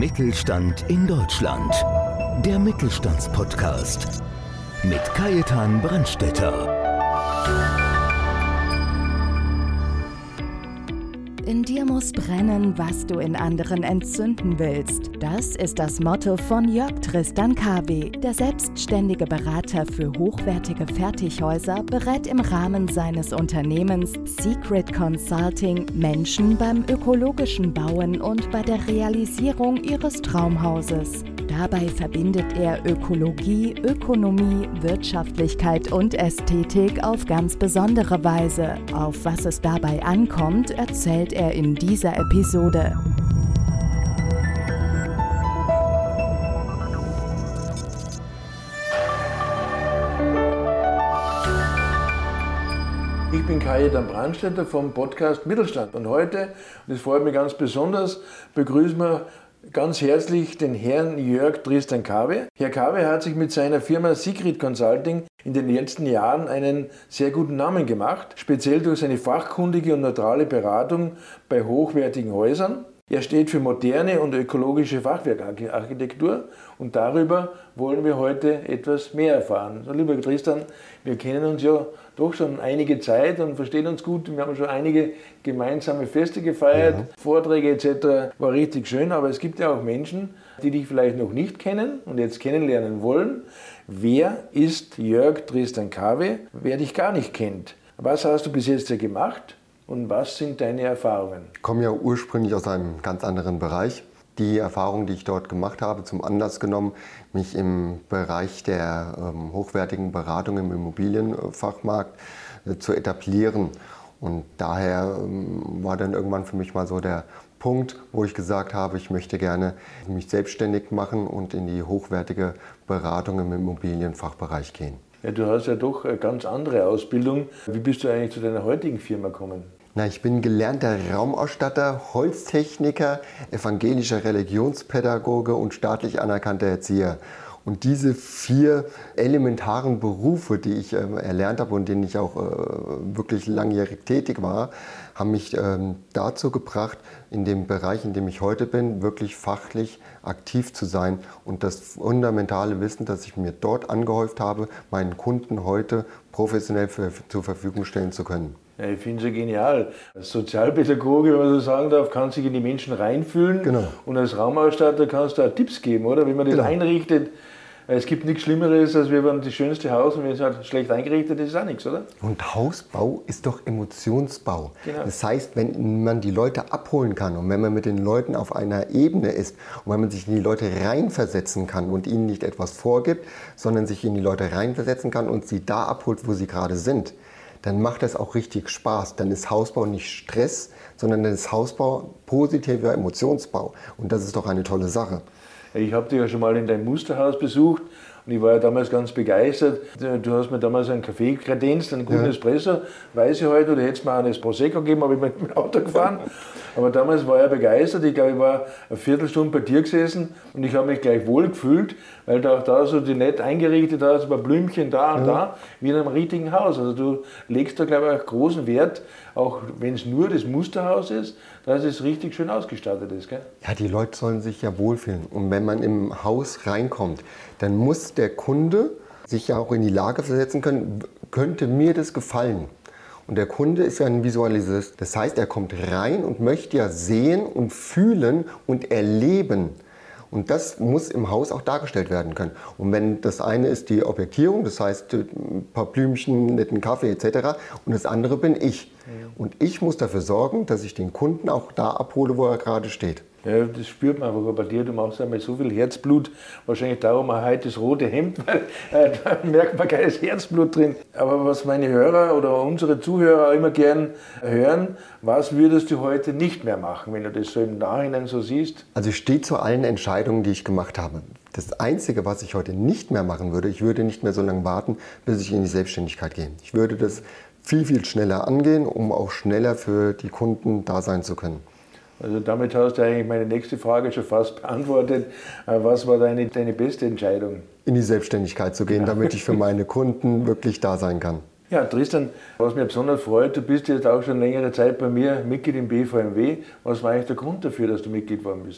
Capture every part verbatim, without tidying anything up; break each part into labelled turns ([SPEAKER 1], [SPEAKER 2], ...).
[SPEAKER 1] Mittelstand in Deutschland. Der Mittelstandspodcast mit Kajetan Brandstetter.
[SPEAKER 2] In dir muss brennen, was du in anderen entzünden willst. Das ist das Motto von Jörg Tristan Kawe. Der selbstständige Berater für hochwertige Fertighäuser berät im Rahmen seines Unternehmens Secret Consulting Menschen beim ökologischen Bauen und bei der Realisierung ihres Traumhauses. Dabei verbindet er Ökologie, Ökonomie, Wirtschaftlichkeit und Ästhetik auf ganz besondere Weise. Auf was es dabei ankommt, erzählt er in dieser Episode.
[SPEAKER 3] Ich bin Kajetan Brandstetter vom Podcast Mittelstand und heute, und das freut mich ganz besonders, begrüßen wir ganz herzlich den Herrn Jörg Tristan Kawe. Herr Kawe hat sich mit seiner Firma Secret Consulting in den letzten Jahren einen sehr guten Namen gemacht, speziell durch seine fachkundige und neutrale Beratung bei hochwertigen Häusern. Er steht für moderne und ökologische Fachwerkarchitektur und darüber wollen wir heute etwas mehr erfahren. So, lieber Tristan, wir kennen uns ja doch schon einige Zeit und verstehen uns gut. Wir haben schon einige gemeinsame Feste gefeiert, ja. Vorträge et cetera. War richtig schön, aber es gibt ja auch Menschen, die dich vielleicht noch nicht kennen und jetzt kennenlernen wollen. Wer ist Jörg Tristan Kawe, wer dich gar nicht kennt? Was hast du bis jetzt gemacht? Und was sind deine Erfahrungen?
[SPEAKER 4] Ich komme ja ursprünglich aus einem ganz anderen Bereich. Die Erfahrungen, die ich dort gemacht habe, zum Anlass genommen, mich im Bereich der ähm, hochwertigen Beratung im Immobilienfachmarkt äh, zu etablieren. Und daher ähm, war dann irgendwann für mich mal so der Punkt, wo ich gesagt habe, ich möchte gerne mich selbstständig machen und in die hochwertige Beratung im Immobilienfachbereich gehen.
[SPEAKER 3] Ja, du hast ja doch eine ganz andere Ausbildung. Wie bist du eigentlich zu deiner heutigen Firma gekommen?
[SPEAKER 4] Na, ich bin gelernter Raumausstatter, Holztechniker, evangelischer Religionspädagoge und staatlich anerkannter Erzieher. Und diese vier elementaren Berufe, die ich äh, erlernt habe und denen ich auch äh, wirklich langjährig tätig war, haben mich ähm, dazu gebracht, in dem Bereich, in dem ich heute bin, wirklich fachlich aktiv zu sein und das fundamentale Wissen, das ich mir dort angehäuft habe, meinen Kunden heute professionell für, zur Verfügung stellen zu können.
[SPEAKER 3] Ja, ich finde es ja genial. Als Sozialpädagoge, wenn man so sagen darf, kannst du dich in die Menschen reinfühlen.
[SPEAKER 4] Genau.
[SPEAKER 3] Und als Raumausstatter kannst du auch Tipps geben, oder? Wie man das genau einrichtet. Es gibt nichts Schlimmeres, als wenn man das schönste Haus und wenn es halt schlecht eingerichtet ist, ist auch nichts, oder?
[SPEAKER 4] Und Hausbau ist doch Emotionsbau.
[SPEAKER 3] Genau.
[SPEAKER 4] Das heißt, wenn man die Leute abholen kann und wenn man mit den Leuten auf einer Ebene ist und wenn man sich in die Leute reinversetzen kann und ihnen nicht etwas vorgibt, sondern sich in die Leute reinversetzen kann und sie da abholt, wo sie gerade sind, dann macht das auch richtig Spaß. Dann ist Hausbau nicht Stress, sondern dann ist Hausbau positiver Emotionsbau. Und das ist doch eine tolle Sache.
[SPEAKER 3] Ich habe dich ja schon mal in deinem Musterhaus besucht und ich war ja damals ganz begeistert. Du hast mir damals einen Kaffee kredenzt, einen guten ja. Espresso, weiß ich heute, du hättest mir einen Prosecco gegeben, habe ich mit dem Auto gefahren. Aber damals war ich begeistert, ich glaube, ich war eine Viertelstunde bei dir gesessen und ich habe mich gleich wohl gefühlt, weil du auch da so die nett eingerichtet hast, ein paar Blümchen da und ja. da, wie in einem richtigen Haus. Also du legst da, glaube ich, auch großen Wert, auch wenn es nur das Musterhaus ist, dass es richtig schön ausgestattet ist, gell?
[SPEAKER 4] Ja, die Leute sollen sich ja wohlfühlen. Und wenn man im Haus reinkommt, dann muss der Kunde sich ja auch in die Lage versetzen können, könnte mir das gefallen? Und der Kunde ist ja ein Visualisist. Das heißt, er kommt rein und möchte ja sehen und fühlen und erleben. Und das muss im Haus auch dargestellt werden können. Und wenn das eine ist die Objektierung, das heißt ein paar Blümchen, netten Kaffee et cetera. Und das andere bin ich. Und ich muss dafür sorgen, dass ich den Kunden auch da abhole, wo er gerade steht.
[SPEAKER 3] Ja, das spürt man einfach bei dir. Du machst einmal so viel Herzblut. Wahrscheinlich darum auch heute das rote Hemd, weil äh, da merkt man keines Herzblut drin. Aber was meine Hörer oder unsere Zuhörer immer gern hören, was würdest du heute nicht mehr machen, wenn du das so im Nachhinein so siehst?
[SPEAKER 4] Also ich stehe zu allen Entscheidungen, die ich gemacht habe. Das Einzige, was ich heute nicht mehr machen würde, ich würde nicht mehr so lange warten, bis ich in die Selbstständigkeit gehe. Ich würde das viel, viel schneller angehen, um auch schneller für die Kunden da sein zu können.
[SPEAKER 3] Also damit hast du eigentlich meine nächste Frage schon fast beantwortet. Was war deine, deine beste Entscheidung?
[SPEAKER 4] In die Selbstständigkeit zu gehen, ja. Damit ich für meine Kunden wirklich da sein kann.
[SPEAKER 3] Ja, Tristan, was mich besonders freut, du bist jetzt auch schon längere Zeit bei mir Mitglied im B V M W. Was war eigentlich der Grund dafür, dass du Mitglied geworden bist?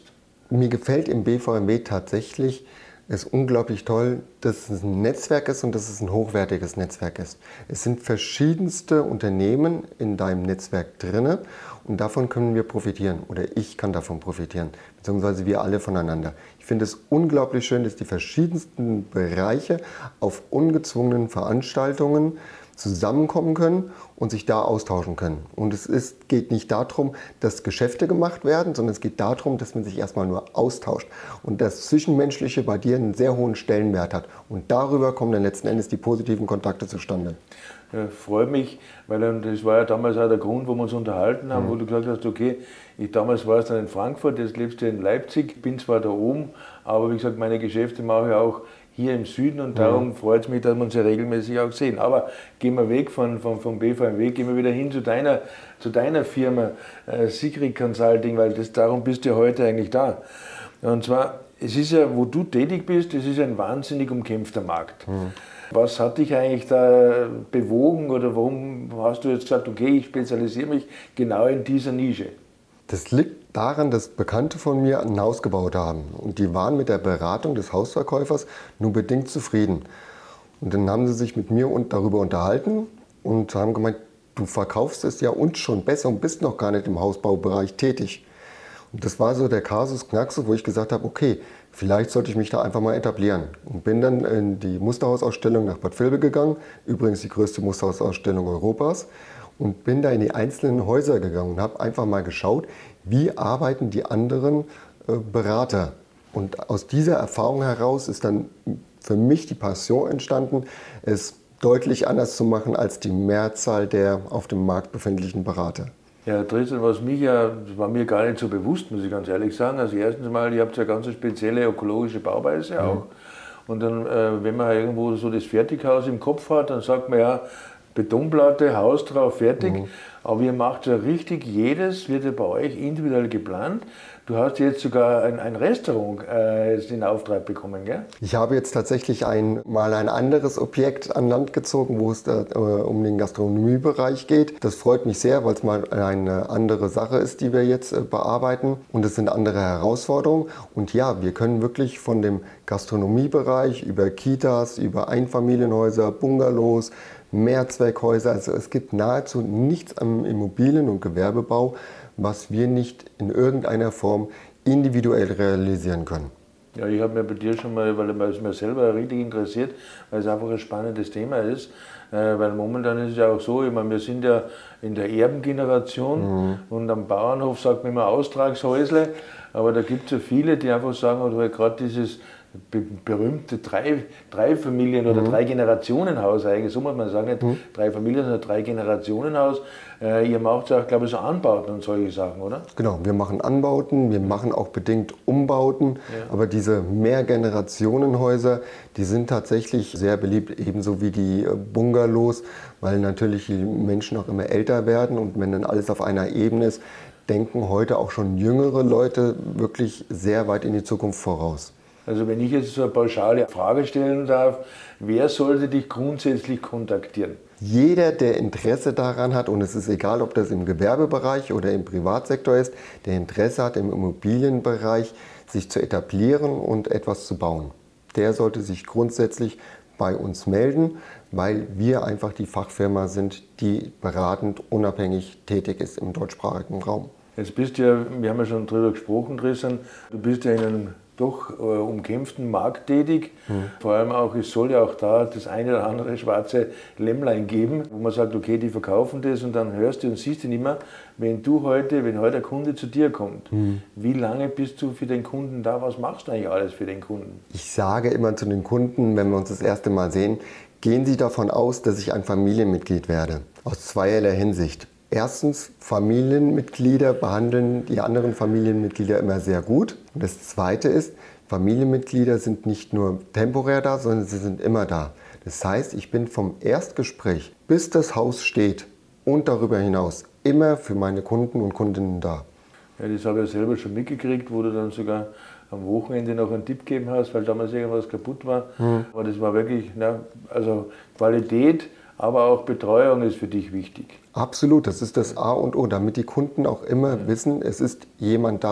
[SPEAKER 4] Mir gefällt im B V M W tatsächlich, es ist unglaublich toll, dass es ein Netzwerk ist und dass es ein hochwertiges Netzwerk ist. Es sind verschiedenste Unternehmen in deinem Netzwerk drin und davon können wir profitieren oder ich kann davon profitieren, beziehungsweise wir alle voneinander. Ich finde es unglaublich schön, dass die verschiedensten Bereiche auf ungezwungenen Veranstaltungen zusammenkommen können und sich da austauschen können. Und es ist, geht nicht darum, dass Geschäfte gemacht werden, sondern es geht darum, dass man sich erstmal nur austauscht und das Zwischenmenschliche bei dir einen sehr hohen Stellenwert hat. Und darüber kommen dann letzten Endes die positiven Kontakte zustande.
[SPEAKER 3] Ja, freut mich, weil das war ja damals auch der Grund, wo wir uns unterhalten haben, mhm. wo du gesagt hast, okay, ich, damals war es dann in Frankfurt, jetzt lebst du in Leipzig, bin zwar da oben, aber wie gesagt, meine Geschäfte mache ich auch hier im Süden und darum mhm. freut es mich, dass wir uns ja regelmäßig auch sehen. Aber gehen wir weg von, von, vom B V M W, gehen wir wieder hin zu deiner, zu deiner Firma äh, Sigrid Consulting, weil das, darum bist du ja heute eigentlich da. Und zwar, es ist ja, wo du tätig bist, es ist ein wahnsinnig umkämpfter Markt. Mhm. Was hat dich eigentlich da bewogen oder warum hast du jetzt gesagt, okay, ich spezialisiere mich genau in dieser Nische?
[SPEAKER 4] Das liegt daran, dass Bekannte von mir ein Haus gebaut haben und die waren mit der Beratung des Hausverkäufers nur bedingt zufrieden. Und dann haben sie sich mit mir darüber unterhalten und haben gemeint, du verkaufst es ja uns schon besser und bist noch gar nicht im Hausbaubereich tätig. Und das war so der Kasus Knaxus, wo ich gesagt habe, okay, vielleicht sollte ich mich da einfach mal etablieren. Und bin dann in die Musterhausausstellung nach Bad Vilbel gegangen, übrigens die größte Musterhausausstellung Europas. Und bin da in die einzelnen Häuser gegangen und habe einfach mal geschaut, wie arbeiten die anderen äh, Berater. Und aus dieser Erfahrung heraus ist dann für mich die Passion entstanden, es deutlich anders zu machen als die Mehrzahl der auf dem Markt befindlichen Berater.
[SPEAKER 3] Ja, Tristan, was mich ja, das war mir gar nicht so bewusst, muss ich ganz ehrlich sagen. Also erstens mal, ihr habt ja ganz spezielle ökologische Bauweise auch. Mhm. Und dann, äh, wenn man irgendwo so das Fertighaus im Kopf hat, dann sagt man ja, Betonplatte, Haus drauf, fertig. Mhm. Aber ihr macht ja richtig jedes, wird ja bei euch individuell geplant. Du hast jetzt sogar ein, ein Restaurant äh, jetzt in Auftrag bekommen, gell?
[SPEAKER 4] Ich habe jetzt tatsächlich ein, mal ein anderes Objekt an Land gezogen, wo es da, äh, um den Gastronomiebereich geht. Das freut mich sehr, weil es mal eine andere Sache ist, die wir jetzt äh, bearbeiten. Und es sind andere Herausforderungen. Und ja, wir können wirklich von dem Gastronomiebereich über Kitas, über Einfamilienhäuser, Bungalows, Mehrzweckhäuser, also es gibt nahezu nichts am Immobilien- und Gewerbebau, was wir nicht in irgendeiner Form individuell realisieren können.
[SPEAKER 3] Ja, ich habe mir bei dir schon mal, weil es mir selber richtig interessiert, weil es einfach ein spannendes Thema ist, äh, weil momentan ist es ja auch so, ich meine, wir sind ja in der Erbengeneration mhm. und am Bauernhof sagt man immer Austragshäusle, aber da gibt es ja viele, die einfach sagen, oder gerade dieses berühmte drei, drei Familien- oder mhm. drei Generationenhaus eigentlich, so muss man sagen, nicht mhm. drei Familien, sondern drei Generationenhaus. Äh, ihr macht ja auch, glaube ich, so Anbauten und solche Sachen, oder?
[SPEAKER 4] Genau, wir machen Anbauten, wir machen auch bedingt Umbauten, ja. aber diese Mehrgenerationenhäuser, die sind tatsächlich sehr beliebt, ebenso wie die Bungalows, weil natürlich die Menschen auch immer älter werden und wenn dann alles auf einer Ebene ist, denken heute auch schon jüngere Leute wirklich sehr weit in die Zukunft voraus.
[SPEAKER 3] Also wenn ich jetzt so eine pauschale Frage stellen darf, wer sollte dich grundsätzlich kontaktieren?
[SPEAKER 4] Jeder, der Interesse daran hat, und es ist egal, ob das im Gewerbebereich oder im Privatsektor ist, der Interesse hat, im Immobilienbereich sich zu etablieren und etwas zu bauen, der sollte sich grundsätzlich bei uns melden, weil wir einfach die Fachfirma sind, die beratend unabhängig tätig ist im deutschsprachigen Raum.
[SPEAKER 3] Jetzt bist du ja, wir haben ja schon darüber gesprochen, Tristan, du bist ja in einem doch äh, umkämpften Markt tätig. Mhm. Vor allem auch, es soll ja auch da das eine oder andere schwarze Lämmlein geben, wo man sagt, okay, die verkaufen das und dann hörst du und siehst du nicht mehr, wenn du heute, wenn heute ein Kunde zu dir kommt, mhm. wie lange bist du für den Kunden da? Was machst du eigentlich alles für den Kunden?
[SPEAKER 4] Ich sage immer zu den Kunden, wenn wir uns das erste Mal sehen, gehen Sie davon aus, dass ich ein Familienmitglied werde. Aus zweierlei Hinsicht. Erstens, Familienmitglieder behandeln die anderen Familienmitglieder immer sehr gut. Und das Zweite ist, Familienmitglieder sind nicht nur temporär da, sondern sie sind immer da. Das heißt, ich bin vom Erstgespräch bis das Haus steht und darüber hinaus immer für meine Kunden und Kundinnen da.
[SPEAKER 3] Ja, das habe ich ja selber schon mitgekriegt, wo du dann sogar am Wochenende noch einen Tipp gegeben hast, weil damals irgendwas kaputt war. Mhm. Aber das war wirklich, na, also Qualität, aber auch Betreuung ist für dich wichtig.
[SPEAKER 4] Absolut, das ist das A und O, damit die Kunden auch immer wissen, es ist jemand da. Es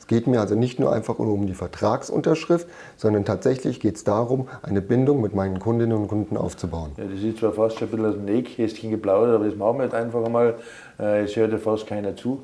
[SPEAKER 4] geht mir also nicht nur einfach nur um die Vertragsunterschrift, sondern tatsächlich geht es darum, eine Bindung mit meinen Kundinnen und Kunden aufzubauen.
[SPEAKER 3] Ja, das ist zwar fast schon ein bisschen aus dem Nähkästchen geplaudert, aber das machen wir jetzt einfach einmal. Es hört ja fast keiner zu.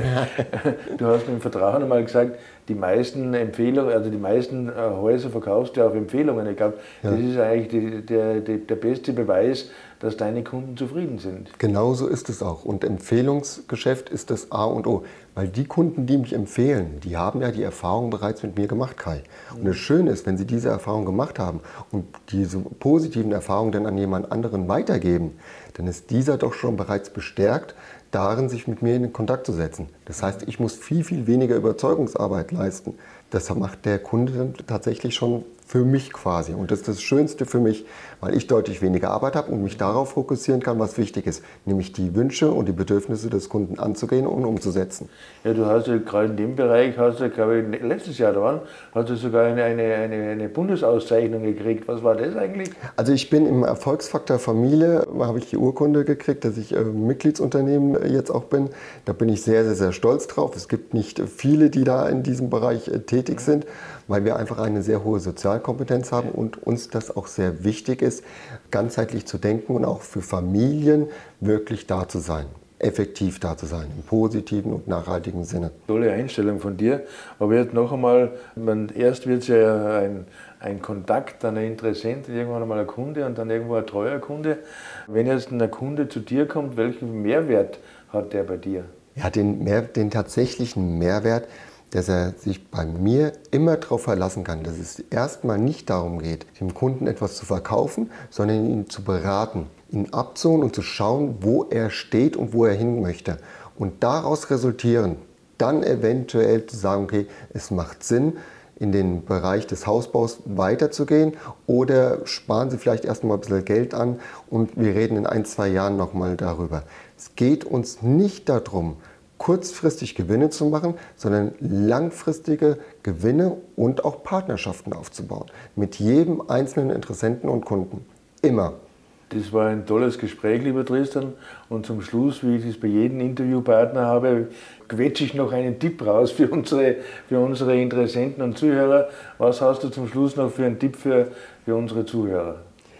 [SPEAKER 3] Du hast im Vertrag einmal gesagt, die meisten Empfehlungen, also die meisten Häuser verkaufst du auf Empfehlungen. Ich glaube, ja. Das ist eigentlich die, der, der, der beste Beweis, dass deine Kunden zufrieden sind.
[SPEAKER 4] Genau so ist es auch. Und Empfehlungsgeschäft ist das A und O. Weil die Kunden, die mich empfehlen, die haben ja die Erfahrung bereits mit mir gemacht, Kai. Und das Schöne ist, wenn sie diese Erfahrung gemacht haben und diese positiven Erfahrungen dann an jemand anderen weitergeben, dann ist dieser doch schon bereits bestärkt, darin sich mit mir in Kontakt zu setzen. Das heißt, ich muss viel, viel weniger Überzeugungsarbeit leisten. Das macht der Kunde dann tatsächlich schon für mich quasi. Und das ist das Schönste für mich, weil ich deutlich weniger Arbeit habe und mich darauf fokussieren kann, was wichtig ist. Nämlich die Wünsche und die Bedürfnisse des Kunden anzugehen und umzusetzen.
[SPEAKER 3] Ja, du hast ja gerade in dem Bereich, hast du, glaube ich, letztes Jahr da hast du sogar eine, eine, eine, eine Bundesauszeichnung gekriegt. Was war das eigentlich?
[SPEAKER 4] Also ich bin im Erfolgsfaktor Familie, habe ich die Urkunde gekriegt, dass ich äh, Mitgliedsunternehmen jetzt auch bin. Da bin ich sehr, sehr, sehr stolz drauf. Es gibt nicht viele, die da in diesem Bereich äh, tätig sind, weil wir einfach eine sehr hohe Sozialkompetenz haben und uns das auch sehr wichtig ist, ganzheitlich zu denken und auch für Familien wirklich da zu sein, effektiv da zu sein, im positiven und nachhaltigen Sinne.
[SPEAKER 3] Tolle Einstellung von dir. Aber jetzt noch einmal, man, erst wird es ja ein, ein Kontakt, dann ein Interessent, irgendwann einmal ein Kunde und dann irgendwo ein treuer Kunde. Wenn jetzt ein Kunde zu dir kommt, welchen Mehrwert hat der bei dir?
[SPEAKER 4] Er hat den, Mehr, den tatsächlichen Mehrwert, dass er sich bei mir immer darauf verlassen kann, dass es erstmal nicht darum geht, dem Kunden etwas zu verkaufen, sondern ihn zu beraten, ihn abzuholen und zu schauen, wo er steht und wo er hin möchte. Und daraus resultieren, dann eventuell zu sagen, okay, es macht Sinn, in den Bereich des Hausbaus weiterzugehen oder sparen Sie vielleicht erstmal ein bisschen Geld an und wir reden in ein, zwei Jahren nochmal darüber. Es geht uns nicht darum, kurzfristig Gewinne zu machen, sondern langfristige Gewinne und auch Partnerschaften aufzubauen. Mit jedem einzelnen Interessenten und Kunden. Immer.
[SPEAKER 3] Das war ein tolles Gespräch, lieber Tristan. Und zum Schluss, wie ich es bei jedem Interviewpartner habe, quetsche ich noch einen Tipp raus für unsere, für unsere Interessenten und Zuhörer. Was hast du zum Schluss noch für einen Tipp für, für unsere Zuhörer?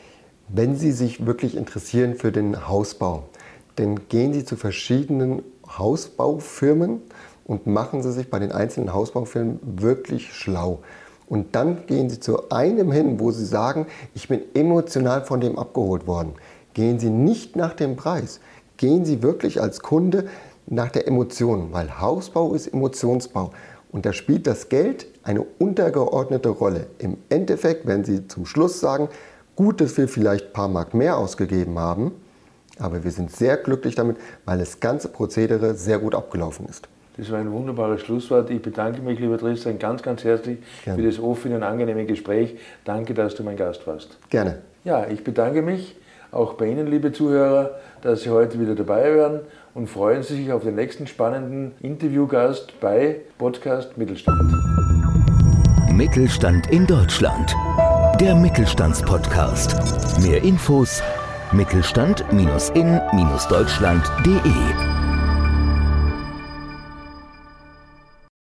[SPEAKER 4] Wenn Sie sich wirklich interessieren für den Hausbau, dann gehen Sie zu verschiedenen Hausbaufirmen und machen Sie sich bei den einzelnen Hausbaufirmen wirklich schlau. Und dann gehen Sie zu einem hin, wo Sie sagen, ich bin emotional von dem abgeholt worden. Gehen Sie nicht nach dem Preis. Gehen Sie wirklich als Kunde nach der Emotion, weil Hausbau ist Emotionsbau. Und da spielt das Geld eine untergeordnete Rolle. Im Endeffekt, wenn Sie zum Schluss sagen, gut, dass wir vielleicht ein paar Mark mehr ausgegeben haben, aber wir sind sehr glücklich damit, weil das ganze Prozedere sehr gut abgelaufen ist.
[SPEAKER 3] Das war ein wunderbares Schlusswort. Ich bedanke mich, lieber Tristan, ganz, ganz herzlich Gerne. Für das offene und angenehme Gespräch. Danke, dass du mein Gast warst.
[SPEAKER 4] Gerne.
[SPEAKER 3] Ja, ich bedanke mich auch bei Ihnen, liebe Zuhörer, dass Sie heute wieder dabei waren und freuen Sie sich auf den nächsten spannenden Interviewgast bei Podcast Mittelstand.
[SPEAKER 1] Mittelstand in Deutschland. Der Mittelstandspodcast. Mehr Infos mittelstand in Deutschland punkt de